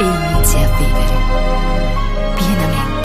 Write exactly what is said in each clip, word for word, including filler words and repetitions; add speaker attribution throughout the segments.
Speaker 1: e inizi a vivere pienamente.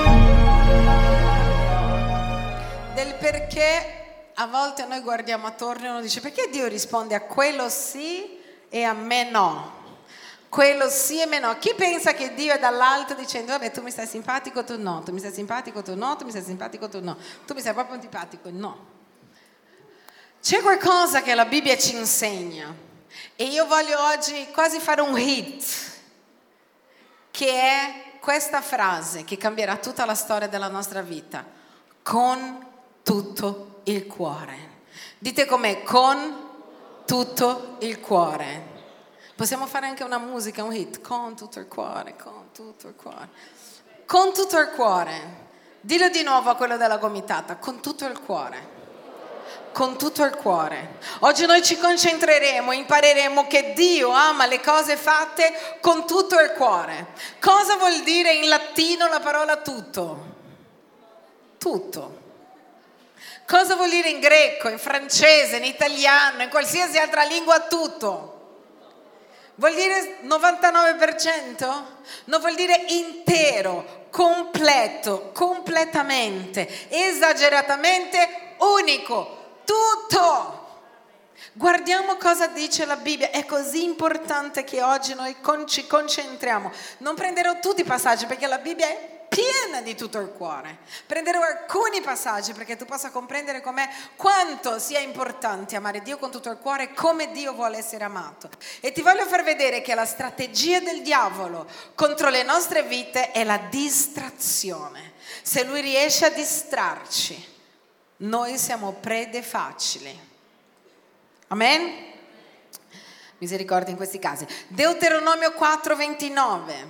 Speaker 2: Del perché a volte noi guardiamo attorno e uno dice: perché Dio risponde a quello sì e a me no? Quello sì e me no. Chi pensa che Dio è dall'alto dicendo: vabbè, tu mi stai simpatico, tu no, tu mi stai simpatico, tu no, tu mi stai simpatico, tu no, tu mi stai proprio antipatico, no. C'è qualcosa che la Bibbia ci insegna e io voglio oggi quasi fare un hit, che è questa frase che cambierà tutta la storia della nostra vita: con tutto il cuore. Dite com'è: con tutto il cuore. Possiamo fare anche una musica, un hit: con tutto il cuore, con tutto il cuore, con tutto il cuore. Dillo di nuovo a quello della gomitata: con tutto il cuore. Con tutto il cuore. Oggi noi ci concentreremo, impareremo che Dio ama le cose fatte con tutto il cuore. Cosa vuol dire in latino la parola tutto? Tutto. Cosa vuol dire in greco, in francese, in italiano, in qualsiasi altra lingua tutto? Vuol dire novantanove per cento? Non vuol dire intero, completo, completamente, esageratamente unico. Tutto. Guardiamo cosa dice la Bibbia. È così importante che oggi noi con- ci concentriamo. Non prenderò tutti i passaggi perché la Bibbia è piena di tutto il cuore. Prenderò alcuni passaggi perché tu possa comprendere com'è, quanto sia importante amare Dio con tutto il cuore e come Dio vuole essere amato. E ti voglio far vedere che la strategia del diavolo contro le nostre vite è la distrazione. Se lui riesce a distrarci, noi siamo prede facili. Amen? Misericordia in questi casi. Deuteronomio quattro ventinove.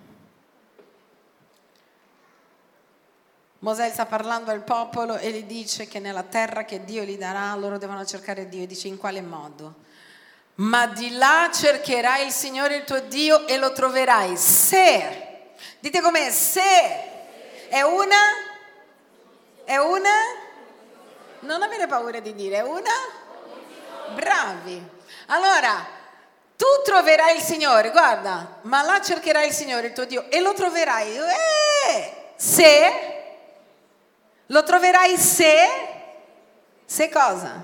Speaker 2: Mosè sta parlando al popolo e gli dice che nella terra che Dio gli darà loro devono cercare Dio. E dice: in quale modo? Ma di là cercherai il Signore il tuo Dio e lo troverai se, dite com'è, se è una è una non avere paura di dire, è una bravi. Allora, tu troverai il Signore, guarda, ma là cercherai il Signore il tuo Dio e lo troverai eh, se lo troverai se se cosa?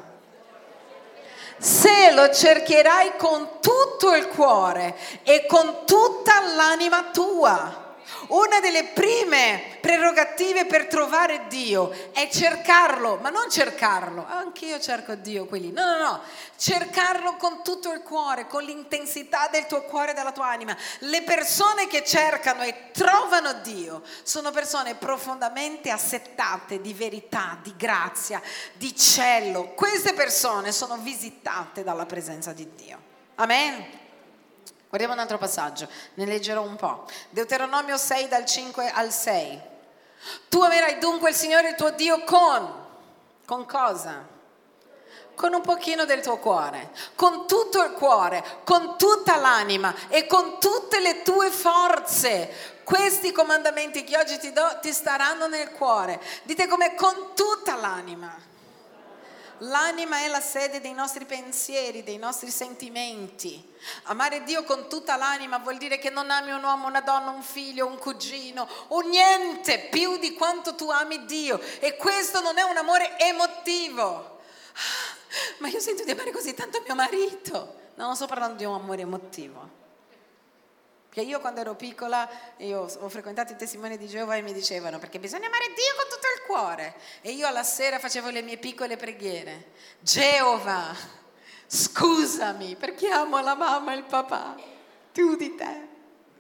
Speaker 2: Se lo cercherai con tutto il cuore e con tutta l'anima tua. Una delle prime prerogative per trovare Dio è cercarlo, ma non cercarlo, anch'io cerco Dio quelli, no no no, cercarlo con tutto il cuore, con l'intensità del tuo cuore e della tua anima. Le persone che cercano e trovano Dio sono persone profondamente assetate di verità, di grazia, di cielo. Queste persone sono visitate dalla presenza di Dio. Amen. Guardiamo un altro passaggio, ne leggerò un po'. Deuteronomio sei dal cinque al sei. Tu amerai dunque il Signore il tuo Dio con, con cosa? Con un pochino del tuo cuore, con tutto il cuore, con tutta l'anima e con tutte le tue forze. Questi comandamenti che oggi ti do ti staranno nel cuore. Dite come: con tutta l'anima. L'anima è la sede dei nostri pensieri, dei nostri sentimenti. Amare Dio con tutta l'anima vuol dire che non ami un uomo, una donna, un figlio, un cugino, o niente più di quanto tu ami Dio. E questo non è un amore emotivo. Ma io sento di amare così tanto mio marito. No, non sto parlando di un amore emotivo. Che io quando ero piccola, io ho frequentato i testimoni di Geova e mi dicevano: perché bisogna amare Dio con tutto il cuore. E io alla sera facevo le mie piccole preghiere: Geova, scusami perché amo la mamma e il papà più di te.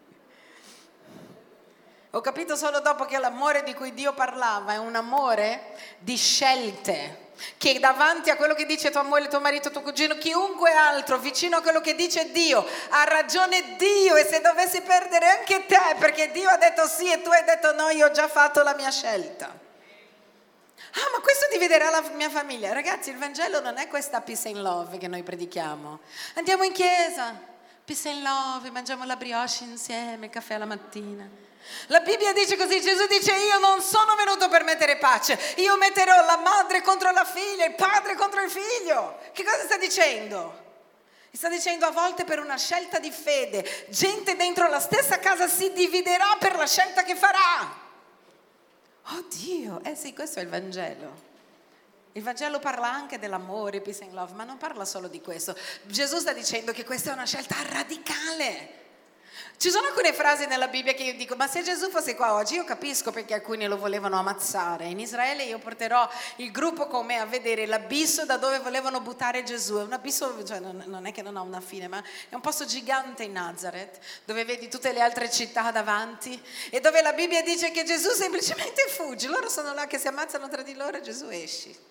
Speaker 2: Ho capito solo dopo che l'amore di cui Dio parlava è un amore di scelte, che davanti a quello che dice tua moglie, tuo marito, tuo cugino, chiunque altro, vicino a quello che dice Dio, ha ragione Dio. E se dovessi perdere anche te perché Dio ha detto sì e tu hai detto no, io ho già fatto la mia scelta. Ah, ma questo dividerà la mia famiglia. Ragazzi, il Vangelo non è questa peace and love che noi predichiamo. Andiamo in chiesa, peace and love, mangiamo la brioche insieme, il caffè alla mattina. La Bibbia dice così, Gesù dice: io non sono venuto per mettere pace, io metterò la madre contro la figlia, il padre contro il figlio. Che cosa sta dicendo? Sta dicendo a volte per una scelta di fede, gente dentro la stessa casa si dividerà per la scelta che farà. Oh Dio, eh sì, questo è il Vangelo. Il Vangelo parla anche dell'amore, peace and love, ma non parla solo di questo. Gesù sta dicendo che questa è una scelta radicale. Ci sono alcune frasi nella Bibbia che io dico, ma se Gesù fosse qua oggi, io capisco perché alcuni lo volevano ammazzare. In Israele io porterò il gruppo con me a vedere l'abisso da dove volevano buttare Gesù. È un abisso, cioè non, non è che non ha una fine, ma è un posto gigante in Nazareth, dove vedi tutte le altre città davanti e dove la Bibbia dice che Gesù semplicemente fugge. Loro sono là che si ammazzano tra di loro e Gesù esce.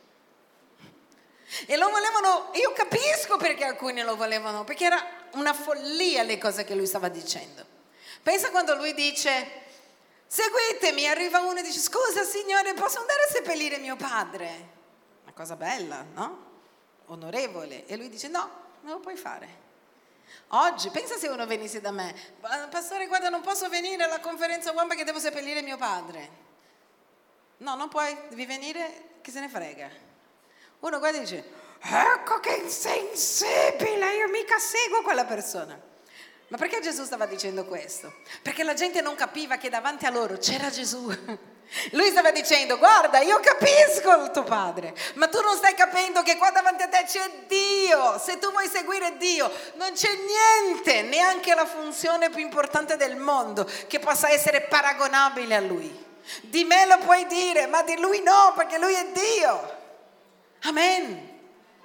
Speaker 2: E lo volevano, io capisco perché alcuni lo volevano, perché era una follia le cose che lui stava dicendo. Pensa quando lui dice, seguitemi, arriva uno e dice, scusa signore, posso andare a seppellire mio padre? Una cosa bella, no? Onorevole. E lui dice, no, non lo puoi fare. Oggi, pensa se uno venisse da me, pastore guarda non posso venire alla conferenza uomo perché devo seppellire mio padre. No, non puoi, devi venire, chi se ne frega. Uno guarda e dice, ecco che insensibile, io mica seguo quella persona. Ma perché Gesù stava dicendo questo? Perché la gente non capiva che davanti a loro c'era Gesù. Lui stava dicendo, guarda, io capisco il tuo padre, ma tu non stai capendo che qua davanti a te c'è Dio. Se tu vuoi seguire Dio, non c'è niente, neanche la funzione più importante del mondo che possa essere paragonabile a Lui. Di me lo puoi dire, ma di Lui no, perché Lui è Dio. Amen.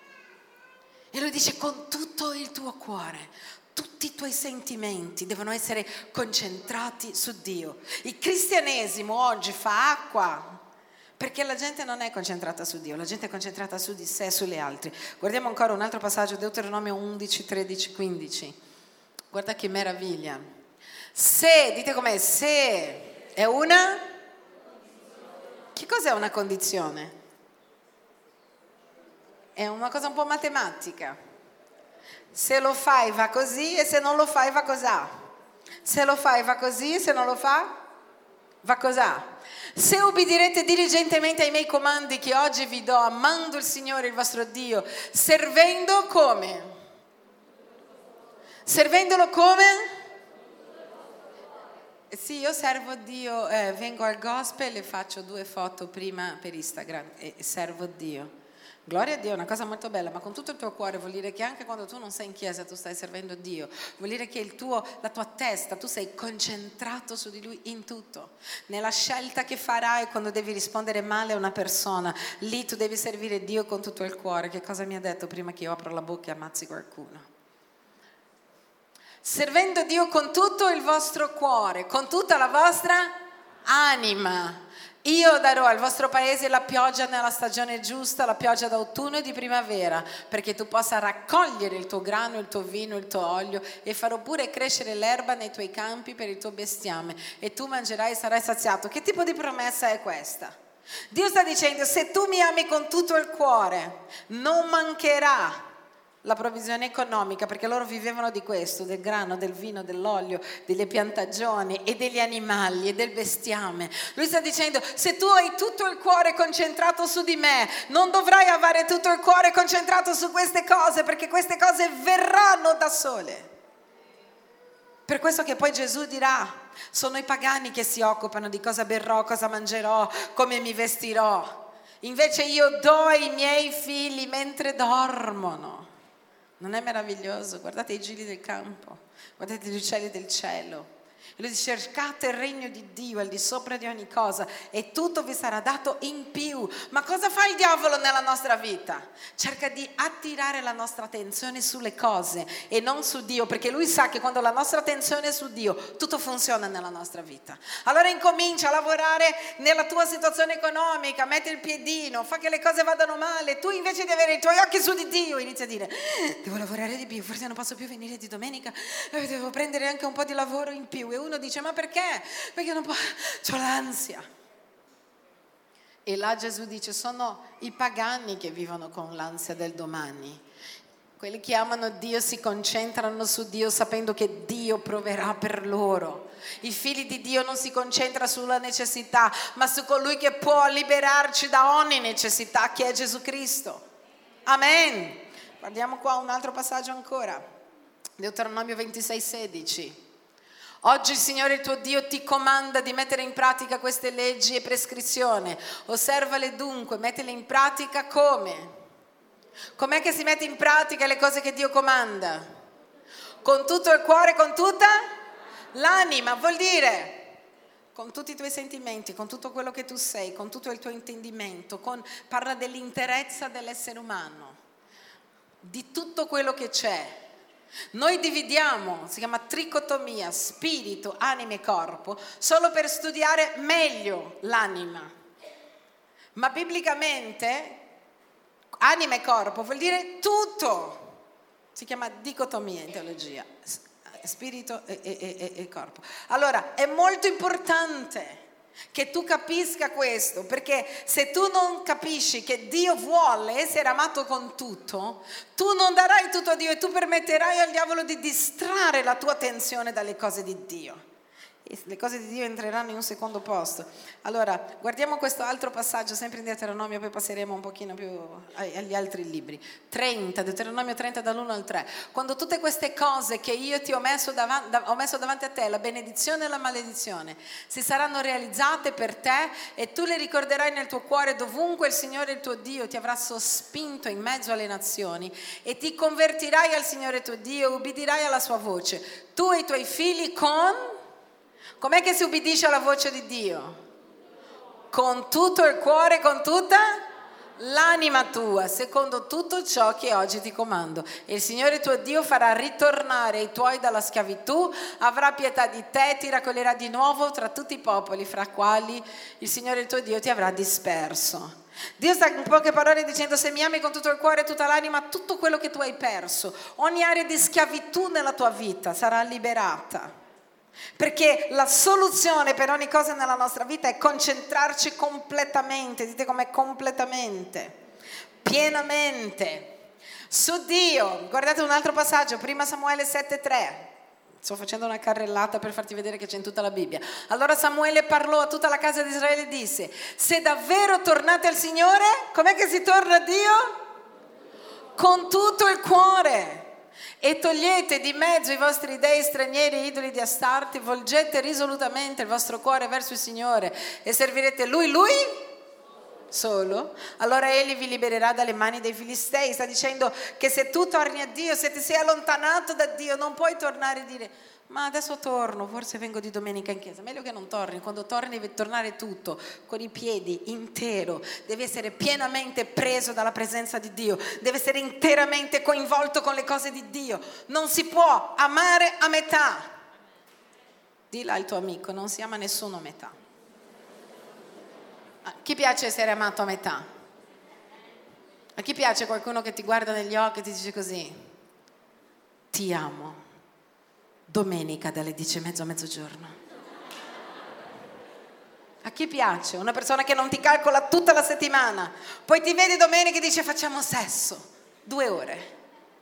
Speaker 2: E lui dice con tutto il tuo cuore, tutti i tuoi sentimenti devono essere concentrati su Dio. Il cristianesimo oggi fa acqua perché la gente non è concentrata su Dio, la gente è concentrata su di sé e sulle altre. Guardiamo ancora un altro passaggio, Deuteronomio undici, tredici, quindici. Guarda che meraviglia. Se, dite com'è, se è una... Che cos'è una condizione? È una cosa un po' matematica. Se lo fai va così e se non lo fai va cos'ha. Se lo fai va così e se non lo fa va cos'ha. Se ubbidirete diligentemente ai miei comandi che oggi vi do, amando il Signore il vostro Dio, servendo come? Servendolo come? Sì, io servo Dio, eh, vengo al gospel e faccio due foto prima per Instagram e servo Dio. Gloria a Dio, è una cosa molto bella, ma con tutto il tuo cuore vuol dire che anche quando tu non sei in chiesa tu stai servendo Dio, vuol dire che il tuo, la tua testa, tu sei concentrato su di Lui in tutto, nella scelta che farai quando devi rispondere male a una persona, lì tu devi servire Dio con tutto il cuore. Che cosa mi ha detto prima che io apro la bocca e ammazzi qualcuno? Servendo Dio con tutto il vostro cuore, con tutta la vostra anima. Io darò al vostro paese la pioggia nella stagione giusta, la pioggia d'autunno e di primavera, perché tu possa raccogliere il tuo grano, il tuo vino, il tuo olio, e farò pure crescere l'erba nei tuoi campi per il tuo bestiame, e tu mangerai e sarai saziato. Che tipo di promessa è questa? Dio sta dicendo, se tu mi ami con tutto il cuore, non mancherà la provvisione economica, perché loro vivevano di questo, del grano, del vino, dell'olio, delle piantagioni e degli animali e del bestiame. Lui sta dicendo, se tu hai tutto il cuore concentrato su di me, non dovrai avere tutto il cuore concentrato su queste cose, perché queste cose verranno da sole. Per questo che poi Gesù dirà, sono i pagani che si occupano di cosa berrò, cosa mangerò, come mi vestirò. Invece io do ai miei figli mentre dormono. Non è meraviglioso? Guardate i gigli del campo, guardate gli uccelli del cielo. E lui dice, cercate il regno di Dio al di sopra di ogni cosa e tutto vi sarà dato in più. Ma cosa fa il diavolo nella nostra vita? Cerca di attirare la nostra attenzione sulle cose e non su Dio, perché lui sa che quando la nostra attenzione è su Dio, tutto funziona nella nostra vita. Allora incomincia a lavorare nella tua situazione economica, metti il piedino, fa che le cose vadano male. Tu invece di avere i tuoi occhi su di Dio, inizi a dire, devo lavorare di più, forse non posso più venire di domenica, devo prendere anche un po' di lavoro in più. E uno dice, ma perché? Perché non posso, c'ho l'ansia. E là Gesù dice, sono i pagani che vivono con l'ansia del domani. Quelli che amano Dio si concentrano su Dio sapendo che Dio proverà per loro. I figli di Dio non si concentrano sulla necessità, ma su colui che può liberarci da ogni necessità, che è Gesù Cristo. Amen. Guardiamo qua un altro passaggio ancora. Deuteronomio ventisei sedici. Oggi il Signore il tuo Dio ti comanda di mettere in pratica queste leggi e prescrizioni. Osservale dunque, mettele in pratica come? Com'è che si mette in pratica le cose che Dio comanda? Con tutto il cuore, con tutta l'anima, vuol dire con tutti i tuoi sentimenti, con tutto quello che tu sei, con tutto il tuo intendimento, con, parla dell'interezza dell'essere umano, di tutto quello che c'è. Noi dividiamo, si chiama tricotomia, spirito, anima e corpo, solo per studiare meglio l'anima. Ma biblicamente anima e corpo vuol dire tutto. Si chiama dicotomia in teologia, spirito e, e, e, e corpo. Allora, è molto importante che tu capisca questo, perché se tu non capisci che Dio vuole essere amato con tutto, tu non darai tutto a Dio e tu permetterai al diavolo di distrarre la tua attenzione dalle cose di Dio. E le cose di Dio entreranno in un secondo posto. Allora, guardiamo questo altro passaggio, sempre in Deuteronomio, poi passeremo un pochino più agli altri libri. trenta, Deuteronomio trenta dall'uno al tre. Quando tutte queste cose che io ti ho messo, davanti, ho messo davanti a te, la benedizione e la maledizione, si saranno realizzate per te e tu le ricorderai nel tuo cuore dovunque il Signore il tuo Dio ti avrà sospinto in mezzo alle nazioni, e ti convertirai al Signore tuo Dio e ubbidirai alla sua voce, tu e i tuoi figli con... Com'è che si ubbidisce alla voce di Dio? Con tutto il cuore, con tutta l'anima tua, secondo tutto ciò che oggi ti comando. E il Signore tuo Dio farà ritornare i tuoi dalla schiavitù, avrà pietà di te, ti raccoglierà di nuovo tra tutti i popoli fra quali il Signore il tuo Dio ti avrà disperso. Dio sta in poche parole dicendo: se mi ami con tutto il cuore e tutta l'anima, tutto quello che tu hai perso, ogni area di schiavitù nella tua vita sarà liberata. Perché la soluzione per ogni cosa nella nostra vita è concentrarci completamente, dite com'è, completamente, pienamente su Dio. Guardate un altro passaggio, primo Samuele sette tre. Sto facendo una carrellata per farti vedere che c'è in tutta la Bibbia. Allora Samuele parlò a tutta la casa di Israele e disse: se davvero tornate al Signore, com'è che si torna a Dio? Con tutto il cuore. E togliete di mezzo i vostri dei stranieri e idoli di Astarte, volgete risolutamente il vostro cuore verso il Signore e servirete Lui, Lui solo. Allora Egli vi libererà dalle mani dei Filistei. Sta dicendo che se tu torni a Dio, se ti sei allontanato da Dio, non puoi tornare e dire: ma adesso torno, forse vengo di domenica in chiesa. Meglio che non torni. Quando torni devi tornare tutto, con i piedi, intero. Devi essere pienamente preso dalla presenza di Dio, deve essere interamente coinvolto con le cose di Dio. Non si può amare a metà. Dilla al tuo amico: non si ama nessuno a metà. A chi piace essere amato a metà? A chi piace qualcuno che ti guarda negli occhi e ti dice così: ti amo domenica dalle dieci e mezzo a mezzogiorno? A chi piace una persona che non ti calcola tutta la settimana, poi ti vedi domenica e dice: facciamo sesso due ore?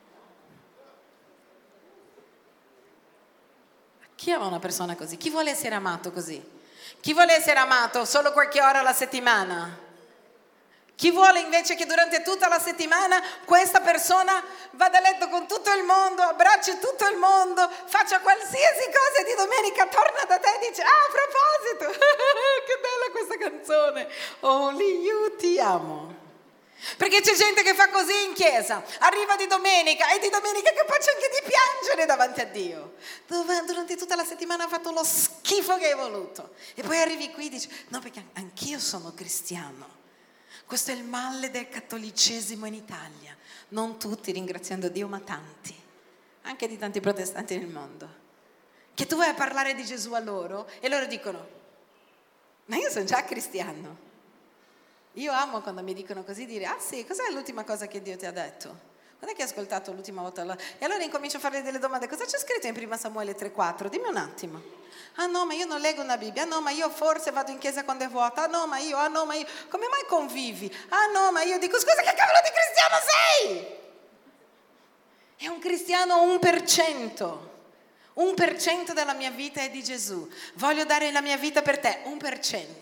Speaker 2: Chi ama una persona così? Chi vuole essere amato così? Chi vuole essere amato solo qualche ora alla settimana? Chi vuole invece che durante tutta la settimana questa persona vada a letto con tutto il mondo, abbracci tutto il mondo, faccia qualsiasi cosa, e di domenica torna da te e dice: ah, a proposito, che bella questa canzone, Only You, ti amo. Perché c'è gente che fa così in chiesa, arriva di domenica e di domenica capace anche di piangere davanti a Dio, dove durante tutta la settimana ha fatto lo schifo che hai voluto, e poi arrivi qui e dici: no, perché anch'io sono cristiano. Questo è il male del cattolicesimo in Italia. Non tutti, ringraziando Dio, ma tanti, anche di tanti protestanti nel mondo, che tu vai a parlare di Gesù a loro e loro dicono: ma io sono già cristiano. Io amo quando mi dicono così, dire: ah sì, cos'è l'ultima cosa che Dio ti ha detto? Quando è che hai ascoltato l'ultima volta? E allora incomincio a fargli delle domande: cosa c'è scritto in primo Samuele tre quattro? Dimmi un attimo. Ah no, ma io non leggo una Bibbia. Ah no, ma io forse vado in chiesa quando è vuota. Ah no, ma io, ah no, ma io. Come mai convivi? Ah no, ma io dico: scusa, che cavolo di cristiano sei? È un cristiano un per cento. Un per cento della mia vita è di Gesù. Voglio dare la mia vita per te, un per cento.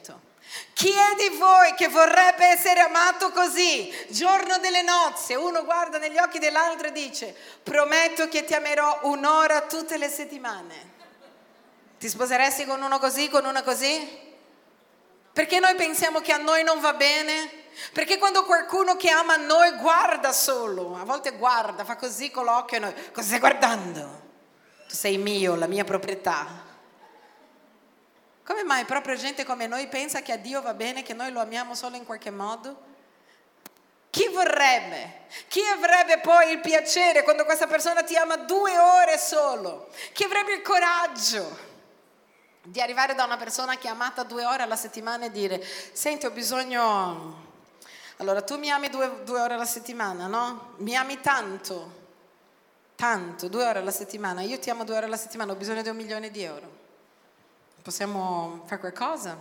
Speaker 2: Chi è di voi che vorrebbe essere amato così? Giorno delle nozze, uno guarda negli occhi dell'altro e dice: prometto che ti amerò un'ora tutte le settimane. Ti sposeresti con uno così, con una così? Perché noi pensiamo che a noi non va bene? Perché quando qualcuno che ama noi guarda solo, a volte guarda, fa così con l'occhio e noi: cosa stai guardando? Tu sei mio, la mia proprietà. Come mai proprio gente come noi pensa che a Dio va bene, che noi lo amiamo solo in qualche modo? Chi vorrebbe? Chi avrebbe poi il piacere quando questa persona ti ama due ore solo? Chi avrebbe il coraggio di arrivare da una persona che è amata due ore alla settimana e dire: senti, ho bisogno... Allora, tu mi ami due, due ore alla settimana, no? Mi ami tanto, tanto, due ore alla settimana. Io ti amo due ore alla settimana, ho bisogno di un milione di euro. Possiamo fare qualcosa?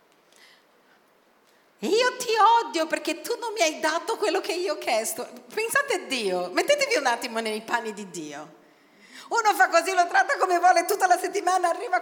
Speaker 2: Io ti odio perché tu non mi hai dato quello che io ho chiesto. Pensate a Dio, mettetevi un attimo nei panni di Dio. Uno fa così, lo tratta come vuole tutta la settimana, arriva